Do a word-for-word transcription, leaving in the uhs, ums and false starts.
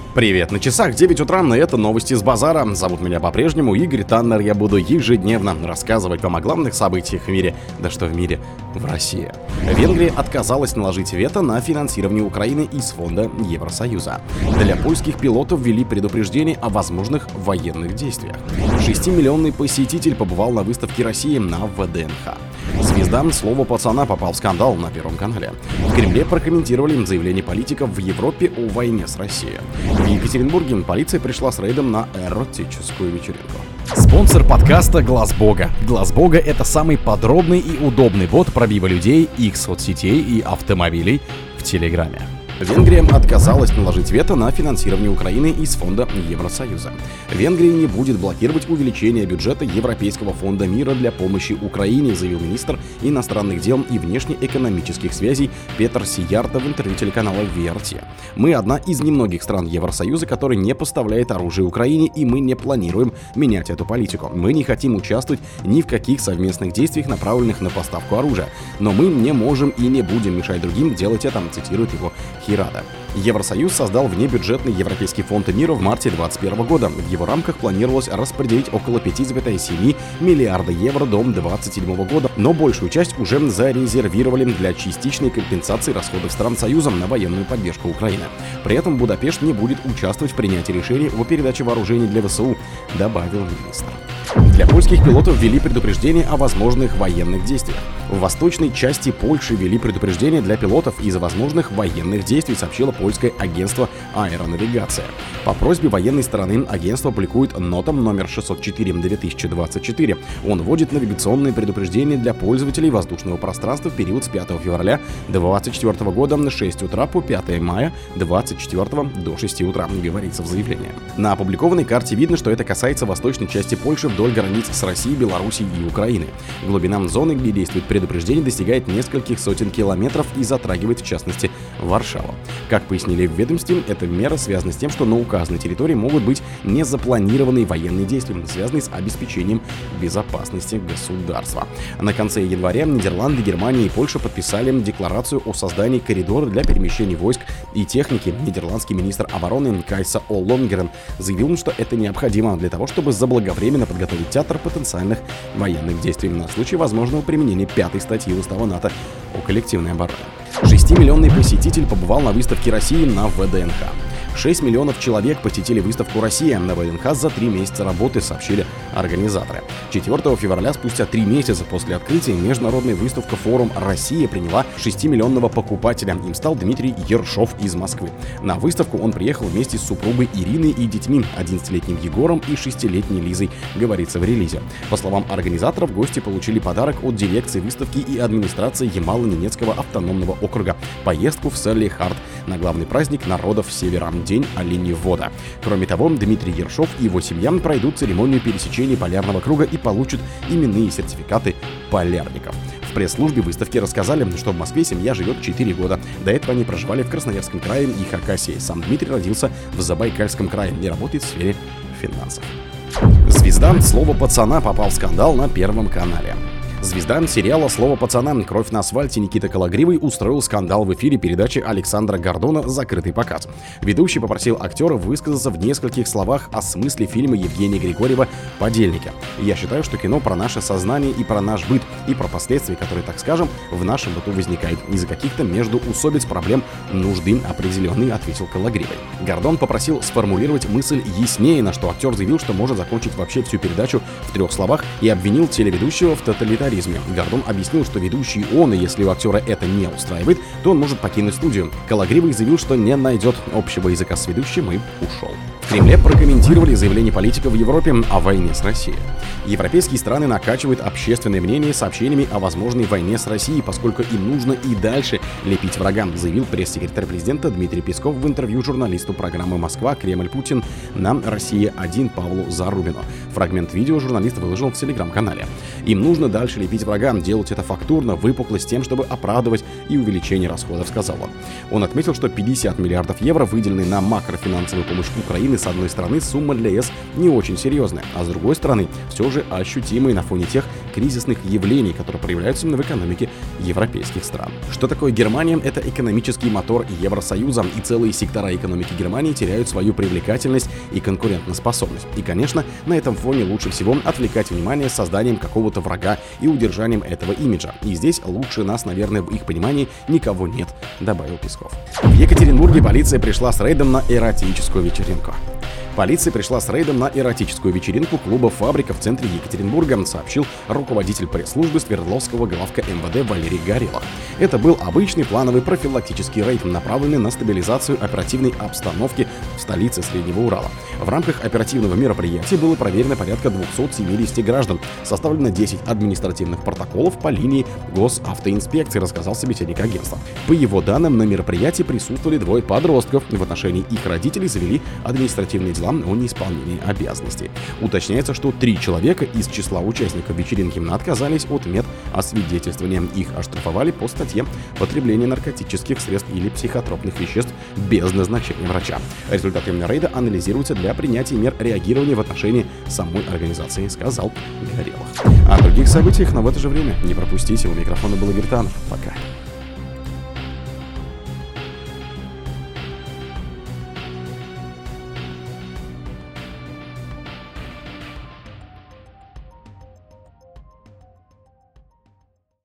Привет, на часах девять утра, и это новости с базара. Зовут меня по-прежнему Игорь Таннер. Я буду ежедневно рассказывать вам о главных событиях в мире, да что в мире, в России. Венгрия отказалась наложить вето на финансирование Украины из фонда Евросоюза. Для польских пилотов ввели предупреждение о возможных военных действиях. Шестимиллионный посетитель побывал на выставке России на ВДНХ. Звезда «Слово пацана» попал в скандал на Первом канале. В Кремле прокомментировали заявление политиков в Европе о войне с Россией. В Екатеринбурге полиция пришла с рейдом на эротическую вечеринку. Спонсор подкаста «Глаз Бога». «Глаз Бога» — это самый подробный и удобный бот пробива людей, их соцсетей и автомобилей в Телеграме. Венгрия отказалась наложить вето на финансирование Украины из фонда Евросоюза. Венгрия не будет блокировать увеличение бюджета Европейского фонда мира для помощи Украине, заявил министр иностранных дел и внешнеэкономических связей Петр Сиярто в интервью телеканала ви ар ти. «Мы одна из немногих стран Евросоюза, которая не поставляет оружие Украине, и мы не планируем менять эту политику. Мы не хотим участвовать ни в каких совместных действиях, направленных на поставку оружия. Но мы не можем и не будем мешать другим делать это», цитирует его Хирада. Евросоюз создал внебюджетный Европейский фонд мира в марте две тысячи двадцать первого года. В его рамках планировалось распределить около пять целых семь десятых миллиарда евро до две тысячи двадцать седьмого года, но большую часть уже зарезервировали для частичной компенсации расходов стран Союза на военную поддержку Украины. При этом Будапешт не будет участвовать в принятии решений о передаче вооружений для вэ эс у, добавил министр. Для польских пилотов ввели предупреждение о возможных военных действиях. В восточной части Польши ввели предупреждение для пилотов из-за возможных военных действий, сообщило польское агентство «Аэронавигация». По просьбе военной стороны агентство публикует нотам номер шестьсот четыре две тысячи двадцать четыре. Он вводит навигационные предупреждения для пользователей воздушного пространства в период с пятого февраля две тысячи двадцать четвёртого года на шесть утра по пятое мая две тысячи двадцать четвёртого до шести утра, говорится в заявлении. На опубликованной карте видно, что это касается восточной части Польши вдоль границ с Россией, Белоруссией и Украиной. Глубина зоны, где действует предупреждение, достигает нескольких сотен километров и затрагивает, в частности, Варшаву. Как пояснили в ведомстве, эта мера связана с тем, что на указанной территории могут быть незапланированные военные действия, связанные с обеспечением безопасности государства. На конце января Нидерланды, Германия и Польша подписали декларацию о создании коридора для перемещения войск и техники. Нидерландский министр обороны Кайса О. Лонгерен заявил, что это необходимо для того, чтобы заблаговременно подготовить театр потенциальных военных действий на случай возможного применения пятой статьи Устава НАТО о коллективной обороне. Шестимиллионный посетитель побывал на выставке России на ВДНХ. шесть миллионов человек посетили выставку «Россия» на ВДНХ за три месяца работы, сообщили организаторы. четвёртого февраля, спустя три месяца после открытия, международная выставка «Форум Россия» приняла шестимиллионного покупателя. Им стал Дмитрий Ершов из Москвы. На выставку он приехал вместе с супругой Ириной и детьми, одиннадцатилетним Егором и шестилетней Лизой, говорится в релизе. По словам организаторов, гости получили подарок от дирекции выставки и администрации Ямало-Ненецкого автономного округа – поездку в Салехард на главный праздник народов Севера – День оленевода. Кроме того, Дмитрий Ершов и его семья пройдут церемонию пересечения полярного круга и получат именные сертификаты полярников. В пресс-службе выставки рассказали, что в Москве семья живет четыре года. До этого они проживали в Красноярском крае и Хакасии. Сам Дмитрий родился в Забайкальском крае и работает в сфере финансов. Звезда «Слово пацана» попал в скандал на Первом канале. Звезда сериала «Слово пацана. Кровь на асфальте» Никита Кологривый устроил скандал в эфире передачи Александра Гордона «Закрытый показ». Ведущий попросил актера высказаться в нескольких словах о смысле фильма Евгения Григорьева «Подельники». «Я считаю, что кино про наше сознание и про наш быт, и про последствия, которые, так скажем, в нашем быту возникают из-за каких-то междуусобиц, проблем, нужды определенной», ответил Кологривый. Гордон попросил сформулировать мысль яснее, на что актер заявил, что может закончить вообще всю передачу в трех словах, и обвинил телеведущего в тоталитаризме. Гордон объяснил, что ведущий он, и если у актера это не устраивает, то он может покинуть студию. Кологривый заявил, что не найдет общего языка с ведущим, и ушел. В Кремле прокомментировали заявление политиков в Европе о войне с Россией. Европейские страны накачивают общественное мнение сообщениями о возможной войне с Россией, поскольку им нужно и дальше лепить врагам, заявил пресс-секретарь президента Дмитрий Песков в интервью журналисту программы «Москва. Кремль. Путин» на Россия один Павлу Зарубину. Фрагмент видео журналист выложил в телеграм-канале. «Им нужно дальше лепить врагам, делать это фактурно, выпукло, с тем, чтобы оправдывать и увеличение расходов», сказал он. Он отметил, что пятьдесят миллиардов евро, выделенные на макрофинансовую помощь Украины, с одной стороны, сумма для ЕС не очень серьезная, а с другой стороны, все же ощутимые на фоне тех кризисных явлений, которые проявляются в экономике европейских стран. Что такое Германия? Это экономический мотор Евросоюза, и целые сектора экономики Германии теряют свою привлекательность и конкурентоспособность. И, конечно, на этом фоне лучше всего отвлекать внимание созданием какого-то врага и удержанием этого имиджа. И здесь лучше нас, наверное, в их понимании никого нет, добавил Песков. В Екатеринбурге полиция пришла с рейдом на эротическую вечеринку. Полиция пришла с рейдом на эротическую вечеринку клуба «Фабрика» в центре Екатеринбурга, сообщил руководитель пресс-службы Свердловского главка эм вэ дэ Валерий Горелов. Это был обычный плановый профилактический рейд, направленный на стабилизацию оперативной обстановки в столице Среднего Урала. В рамках оперативного мероприятия было проверено порядка двухсот семидесяти граждан, составлено десять административных протоколов по линии госавтоинспекции, рассказал собеседник агентства. По его данным, на мероприятии присутствовали двое подростков. В отношении их родителей завели административные дела о неисполнении обязанностей. Уточняется, что три человека из числа участников вечеринки отказались от медосвидетельствования. Их оштрафовали по статье «Потребление наркотических средств или психотропных веществ без назначения врача». Результаты рейда анализируются для принятия мер реагирования в отношении самой организации, сказал Горелов. О других событиях, но в это же время не пропустите. У микрофона был Игорь Таннер. Пока.